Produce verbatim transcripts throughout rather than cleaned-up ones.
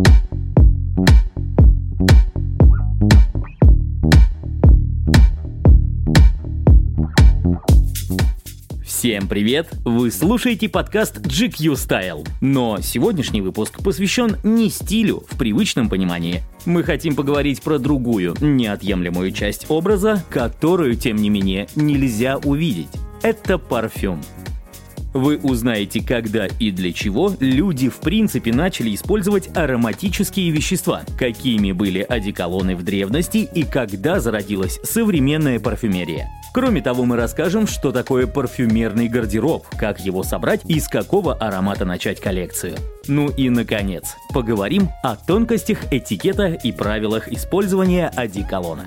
Всем привет! Вы слушаете подкаст джи кью Style. Но сегодняшний выпуск посвящен не стилю в привычном понимании. Мы хотим поговорить про другую, неотъемлемую часть образа, которую, тем не менее, нельзя увидеть. Это парфюм. Вы узнаете, когда и для чего люди в принципе начали использовать ароматические вещества, какими были одеколоны в древности и когда зародилась современная парфюмерия. Кроме того, мы расскажем, что такое парфюмерный гардероб, как его собрать и с какого аромата начать коллекцию. Ну и, наконец, поговорим о тонкостях этикета и правилах использования одеколона.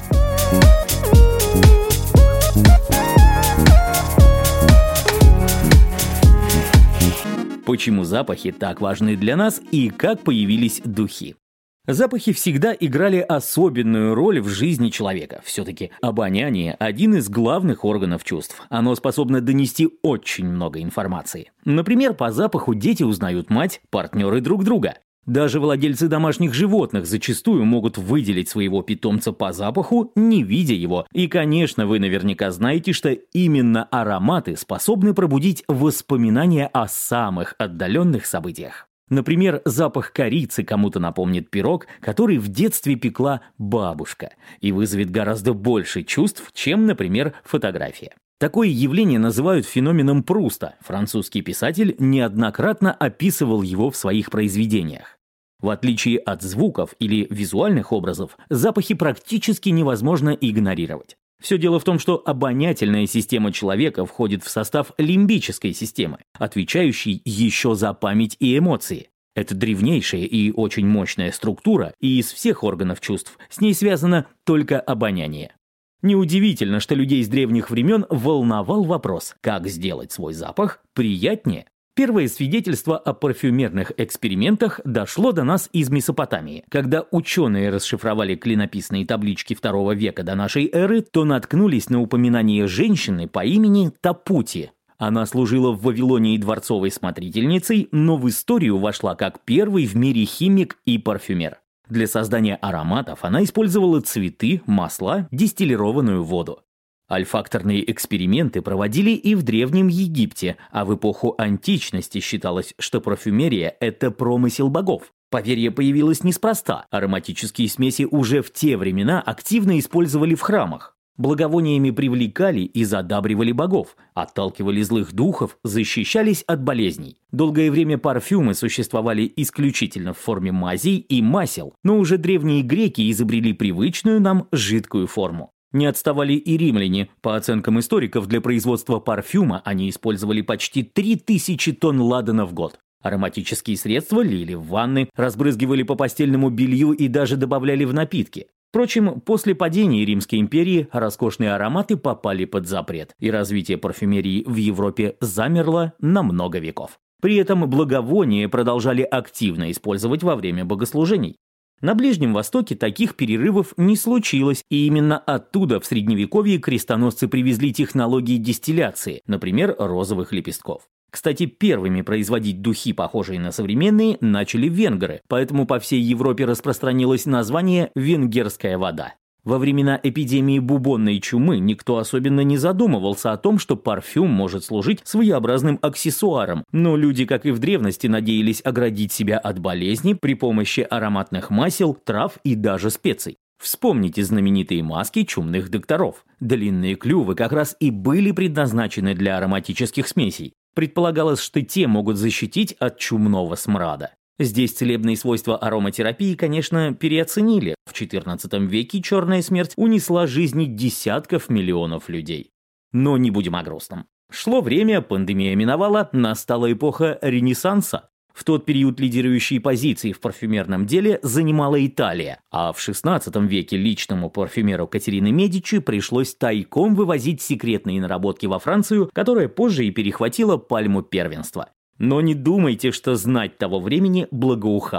Почему запахи так важны для нас и как появились духи? Запахи всегда играли особенную роль в жизни человека. Все-таки обоняние – один из главных органов чувств. Оно способно донести очень много информации. Например, по запаху дети узнают мать, партнеры друг друга. Даже владельцы домашних животных зачастую могут выделить своего питомца по запаху, не видя его. И, конечно, вы наверняка знаете, что именно ароматы способны пробудить воспоминания о самых отдаленных событиях. Например, запах корицы кому-то напомнит пирог, который в детстве пекла бабушка, и вызовет гораздо больше чувств, чем, например, фотография. Такое явление называют феноменом Пруста. Французский писатель неоднократно описывал его в своих произведениях. В отличие от звуков или визуальных образов, запахи практически невозможно игнорировать. Все дело в том, что обонятельная система человека входит в состав лимбической системы, отвечающей еще за память и эмоции. Это древнейшая и очень мощная структура, и из всех органов чувств с ней связано только обоняние. Неудивительно, что людей с древних времен волновал вопрос, как сделать свой запах приятнее. Первое свидетельство о парфюмерных экспериментах дошло до нас из Месопотамии. Когда ученые расшифровали клинописные таблички второго века до нашей эры, то наткнулись на упоминание женщины по имени Тапути. Она служила в Вавилонии дворцовой смотрительницей, но в историю вошла как первый в мире химик и парфюмер. Для создания ароматов она использовала цветы, масла, дистиллированную воду. Ольфакторные эксперименты проводили и в Древнем Египте, а в эпоху античности считалось, что парфюмерия – это промысел богов. Поверье появилось неспроста. Ароматические смеси уже в те времена активно использовали в храмах. Благовониями привлекали и задабривали богов, отталкивали злых духов, защищались от болезней. Долгое время парфюмы существовали исключительно в форме мазей и масел, но уже древние греки изобрели привычную нам жидкую форму. Не отставали и римляне. По оценкам историков, для производства парфюма они использовали почти три тысячи тонн ладана в год. Ароматические средства лили в ванны, разбрызгивали по постельному белью и даже добавляли в напитки. Впрочем, после падения Римской империи роскошные ароматы попали под запрет, и развитие парфюмерии в Европе замерло на много веков. При этом благовония продолжали активно использовать во время богослужений. На Ближнем Востоке таких перерывов не случилось, и именно оттуда в Средневековье крестоносцы привезли технологии дистилляции, например, розовых лепестков. Кстати, первыми производить духи, похожие на современные, начали венгры, поэтому по всей Европе распространилось название «венгерская вода». Во времена эпидемии бубонной чумы никто особенно не задумывался о том, что парфюм может служить своеобразным аксессуаром, но люди, как и в древности, надеялись оградить себя от болезни при помощи ароматных масел, трав и даже специй. Вспомните знаменитые маски чумных докторов. Длинные клювы как раз и были предназначены для ароматических смесей. Предполагалось, что те могут защитить от чумного смрада. Здесь целебные свойства ароматерапии, конечно, переоценили. В четырнадцатом веке черная смерть унесла жизни десятков миллионов людей. Но не будем о грустном. Шло время, пандемия миновала, настала эпоха Ренессанса. В тот период лидирующие позиции в парфюмерном деле занимала Италия, а в шестнадцатом веке личному парфюмеру Катерины Медичи пришлось тайком вывозить секретные наработки во Францию, которая позже и перехватила пальму первенства. Но не думайте, что знать того времени благоухало.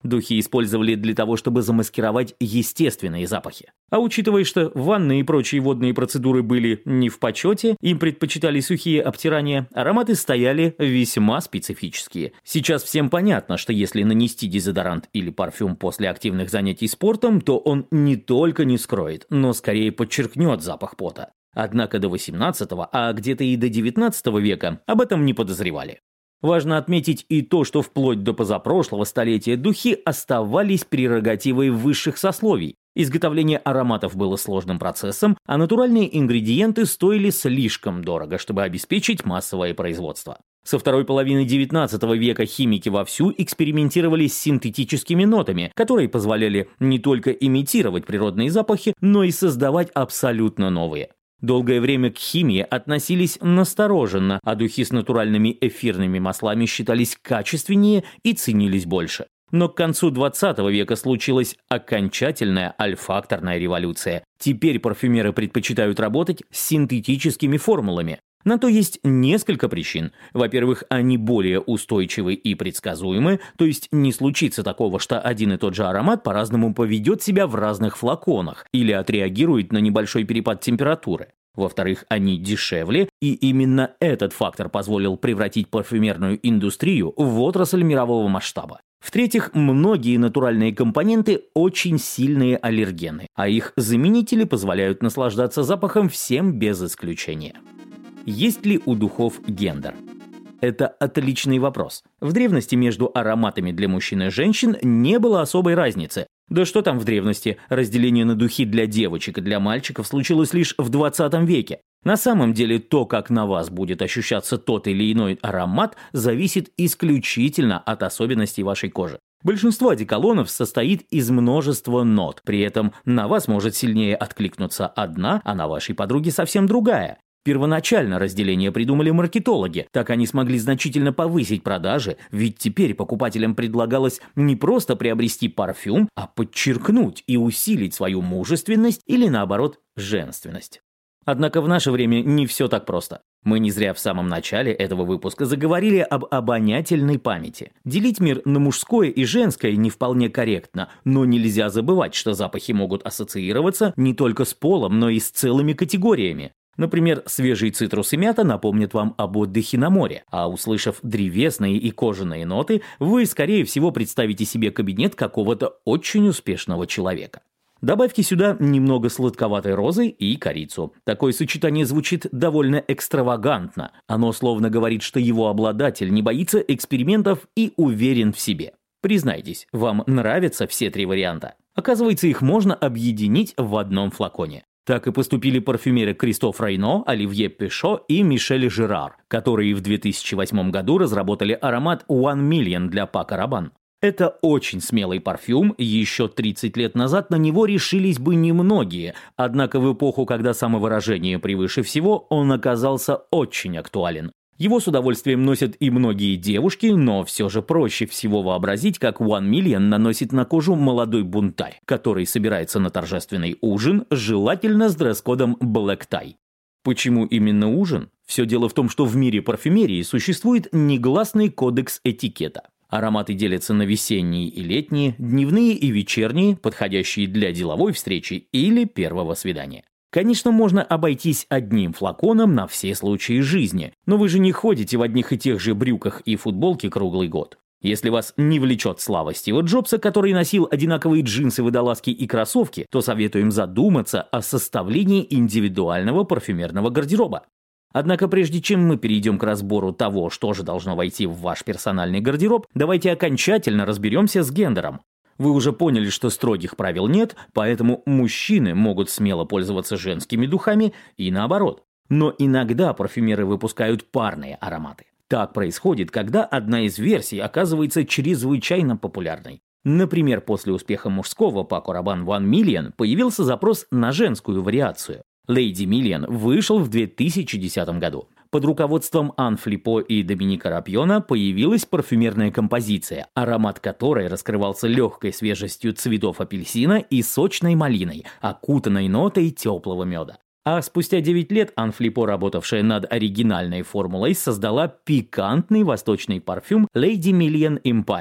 Духи использовали для того, чтобы замаскировать естественные запахи. А учитывая, что ванны и прочие водные процедуры были не в почете, им предпочитали сухие обтирания, ароматы стояли весьма специфические. Сейчас всем понятно, что если нанести дезодорант или парфюм после активных занятий спортом, то он не только не скроет, но скорее подчеркнет запах пота. Однако до восемнадцатого, а где-то и до девятнадцатого века об этом не подозревали. Важно отметить и то, что вплоть до позапрошлого столетия духи оставались прерогативой высших сословий. Изготовление ароматов было сложным процессом, а натуральные ингредиенты стоили слишком дорого, чтобы обеспечить массовое производство. Со второй половины девятнадцатого века химики вовсю экспериментировали с синтетическими нотами, которые позволяли не только имитировать природные запахи, но и создавать абсолютно новые. Долгое время к химии относились настороженно, а духи с натуральными эфирными маслами считались качественнее и ценились больше. Но к концу двадцатого века случилась окончательная альфакторная революция. Теперь парфюмеры предпочитают работать с синтетическими формулами. На то есть несколько причин. Во-первых, они более устойчивы и предсказуемы, то есть не случится такого, что один и тот же аромат по-разному поведет себя в разных флаконах или отреагирует на небольшой перепад температуры. Во-вторых, они дешевле, и именно этот фактор позволил превратить парфюмерную индустрию в отрасль мирового масштаба. В-третьих, многие натуральные компоненты очень сильные аллергены, а их заменители позволяют наслаждаться запахом всем без исключения. Есть ли у духов гендер? Это отличный вопрос. В древности между ароматами для мужчин и женщин не было особой разницы. Да что там в древности, разделение на духи для девочек и для мальчиков случилось лишь в двадцатом веке. На самом деле то, как на вас будет ощущаться тот или иной аромат, зависит исключительно от особенностей вашей кожи. Большинство одеколонов состоит из множества нот, при этом на вас может сильнее откликнуться одна, а на вашей подруге совсем другая. Первоначально разделение придумали маркетологи, так они смогли значительно повысить продажи, ведь теперь покупателям предлагалось не просто приобрести парфюм, а подчеркнуть и усилить свою мужественность или, наоборот, женственность. Однако в наше время не все так просто. Мы не зря в самом начале этого выпуска заговорили об обонятельной памяти. Делить мир на мужское и женское не вполне корректно, но нельзя забывать, что запахи могут ассоциироваться не только с полом, но и с целыми категориями. Например, свежий цитрус и мята напомнят вам об отдыхе на море, а услышав древесные и кожаные ноты, вы, скорее всего, представите себе кабинет какого-то очень успешного человека. Добавьте сюда немного сладковатой розы и корицу. Такое сочетание звучит довольно экстравагантно. Оно словно говорит, что его обладатель не боится экспериментов и уверен в себе. Признайтесь, вам нравятся все три варианта? Оказывается, их можно объединить в одном флаконе. Так и поступили парфюмеры Кристоф Рейно, Оливье Пешо и Мишель Жерар, которые в две тысячи восьмом году разработали аромат One Million для Пако Рабан. Это очень смелый парфюм, еще тридцать лет назад на него решились бы немногие, однако в эпоху, когда самовыражение превыше всего, он оказался очень актуален. Его с удовольствием носят и многие девушки, но все же проще всего вообразить, как One Million наносит на кожу молодой бунтарь, который собирается на торжественный ужин, желательно с дресс-кодом Black Tie. Почему именно ужин? Все дело в том, что в мире парфюмерии существует негласный кодекс этикета. Ароматы делятся на весенние и летние, дневные и вечерние, подходящие для деловой встречи или первого свидания. Конечно, можно обойтись одним флаконом на все случаи жизни, но вы же не ходите в одних и тех же брюках и футболке круглый год. Если вас не влечет слава Стива Джобса, который носил одинаковые джинсы, водолазки и кроссовки, то советуем задуматься о составлении индивидуального парфюмерного гардероба. Однако прежде чем мы перейдем к разбору того, что же должно войти в ваш персональный гардероб, давайте окончательно разберемся с гендером. Вы уже поняли, что строгих правил нет, поэтому мужчины могут смело пользоваться женскими духами и наоборот. Но иногда парфюмеры выпускают парные ароматы. Так происходит, когда одна из версий оказывается чрезвычайно популярной. Например, после успеха мужского Пако Рабан One Million появился запрос на женскую вариацию. Lady Million вышел в две тысячи десятом году. Под руководством Ан Флипо и Доминика Рапьона появилась парфюмерная композиция, аромат которой раскрывался легкой свежестью цветов апельсина и сочной малиной, окутанной нотой теплого меда. А спустя девять лет Ан Флипо, работавшая над оригинальной формулой, создала пикантный восточный парфюм Lady Million Empire.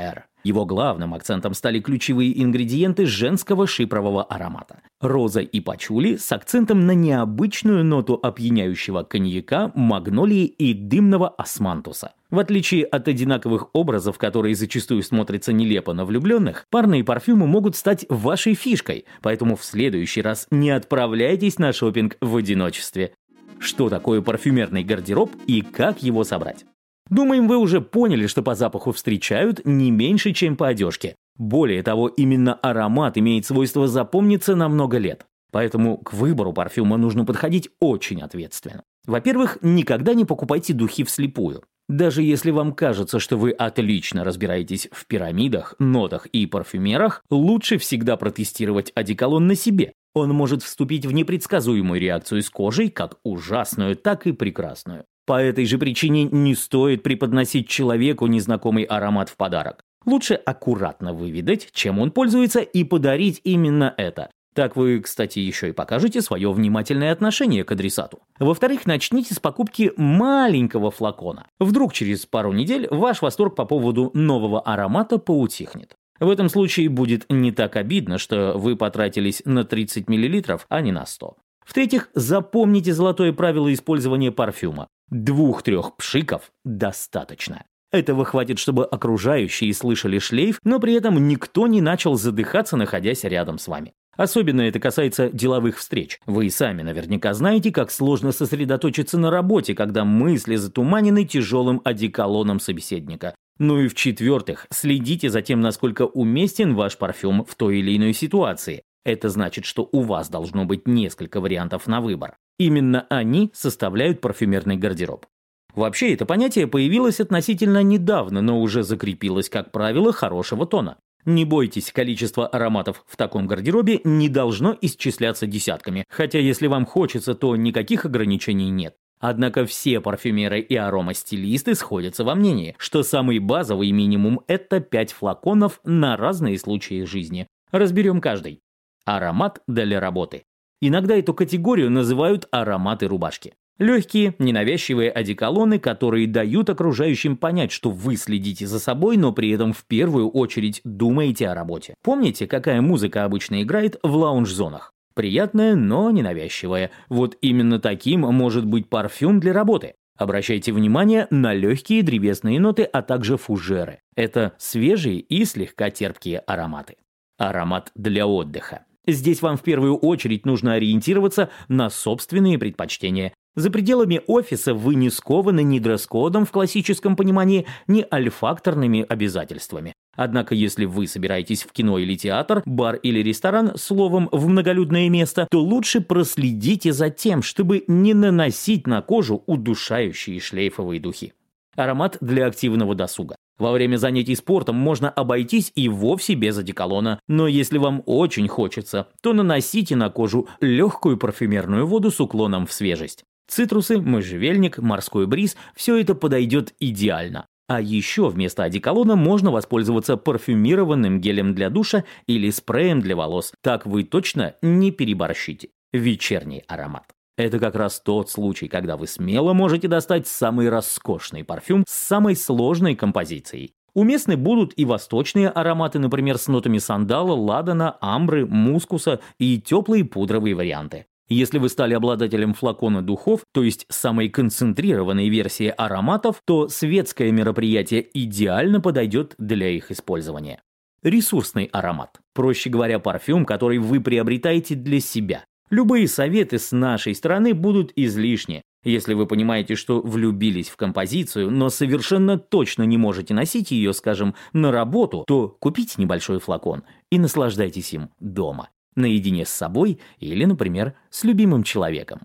Его главным акцентом стали ключевые ингредиенты женского шипрового аромата. Роза и пачули с акцентом на необычную ноту опьяняющего коньяка, магнолии и дымного османтуса. В отличие от одинаковых образов, которые зачастую смотрятся нелепо на влюбленных, парные парфюмы могут стать вашей фишкой, поэтому в следующий раз не отправляйтесь на шопинг в одиночестве. Что такое парфюмерный гардероб и как его собрать? Думаем, вы уже поняли, что по запаху встречают не меньше, чем по одежке. Более того, именно аромат имеет свойство запомниться на много лет. Поэтому к выбору парфюма нужно подходить очень ответственно. Во-первых, никогда не покупайте духи вслепую. Даже если вам кажется, что вы отлично разбираетесь в пирамидах, нотах и парфюмерах, лучше всегда протестировать одеколон на себе. Он может вступить в непредсказуемую реакцию с кожей, как ужасную, так и прекрасную. По этой же причине не стоит преподносить человеку незнакомый аромат в подарок. Лучше аккуратно выведать, чем он пользуется, и подарить именно это. Так вы, кстати, еще и покажете свое внимательное отношение к адресату. Во-вторых, начните с покупки маленького флакона. Вдруг через пару недель ваш восторг по поводу нового аромата поутихнет. В этом случае будет не так обидно, что вы потратились на тридцать миллилитров, а не на сто. В-третьих, запомните золотое правило использования парфюма. Двух-трех пшиков достаточно. Этого хватит, чтобы окружающие слышали шлейф, но при этом никто не начал задыхаться, находясь рядом с вами. Особенно это касается деловых встреч. Вы сами наверняка знаете, как сложно сосредоточиться на работе, когда мысли затуманены тяжелым одеколоном собеседника. Ну и в-четвертых, следите за тем, насколько уместен ваш парфюм в той или иной ситуации. Это значит, что у вас должно быть несколько вариантов на выбор. Именно они составляют парфюмерный гардероб. Вообще, это понятие появилось относительно недавно, но уже закрепилось как правило хорошего тона. Не бойтесь, количество ароматов в таком гардеробе не должно исчисляться десятками, хотя если вам хочется, то никаких ограничений нет. Однако все парфюмеры и аромастилисты сходятся во мнении, что самый базовый минимум – это пять флаконов на разные случаи жизни. Разберем каждый. Аромат для работы. Иногда эту категорию называют ароматы рубашки. Легкие, ненавязчивые одеколоны, которые дают окружающим понять, что вы следите за собой, но при этом в первую очередь думаете о работе. Помните, какая музыка обычно играет в лаунж-зонах? Приятная, но ненавязчивая. Вот именно таким может быть парфюм для работы. Обращайте внимание на легкие древесные ноты, а также фужеры. Это свежие и слегка терпкие ароматы. Аромат для отдыха. Здесь вам в первую очередь нужно ориентироваться на собственные предпочтения. За пределами офиса вы не скованы ни дресс-кодом в классическом понимании, ни альфакторными обязательствами. Однако, если вы собираетесь в кино или театр, бар или ресторан, словом, в многолюдное место, то лучше проследите за тем, чтобы не наносить на кожу удушающие шлейфовые духи. Аромат для активного досуга. Во время занятий спортом можно обойтись и вовсе без одеколона, но если вам очень хочется, то наносите на кожу легкую парфюмерную воду с уклоном в свежесть. Цитрусы, можжевельник, морской бриз – все это подойдет идеально. А еще вместо одеколона можно воспользоваться парфюмированным гелем для душа или спреем для волос. Так вы точно не переборщите. Вечерний аромат. Это как раз тот случай, когда вы смело можете достать самый роскошный парфюм с самой сложной композицией. Уместны будут и восточные ароматы, например, с нотами сандала, ладана, амбры, мускуса и теплые пудровые варианты. Если вы стали обладателем флакона духов, то есть самой концентрированной версии ароматов, то светское мероприятие идеально подойдет для их использования. Ресурсный аромат. Проще говоря, парфюм, который вы приобретаете для себя. Любые советы с нашей стороны будут излишни. Если вы понимаете, что влюбились в композицию, но совершенно точно не можете носить ее, скажем, на работу, то купите небольшой флакон и наслаждайтесь им дома. Наедине с собой или, например, с любимым человеком.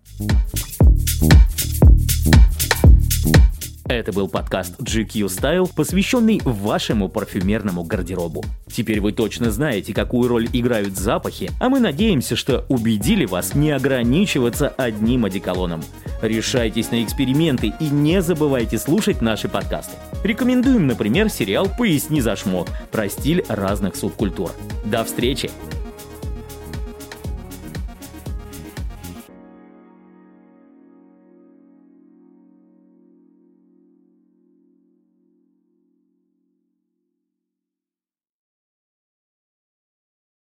Это был подкаст джи кью Style, посвященный вашему парфюмерному гардеробу. Теперь вы точно знаете, какую роль играют запахи, а мы надеемся, что убедили вас не ограничиваться одним одеколоном. Решайтесь на эксперименты и не забывайте слушать наши подкасты. Рекомендуем, например, сериал «Поясни за шмот» про стиль разных субкультур. До встречи!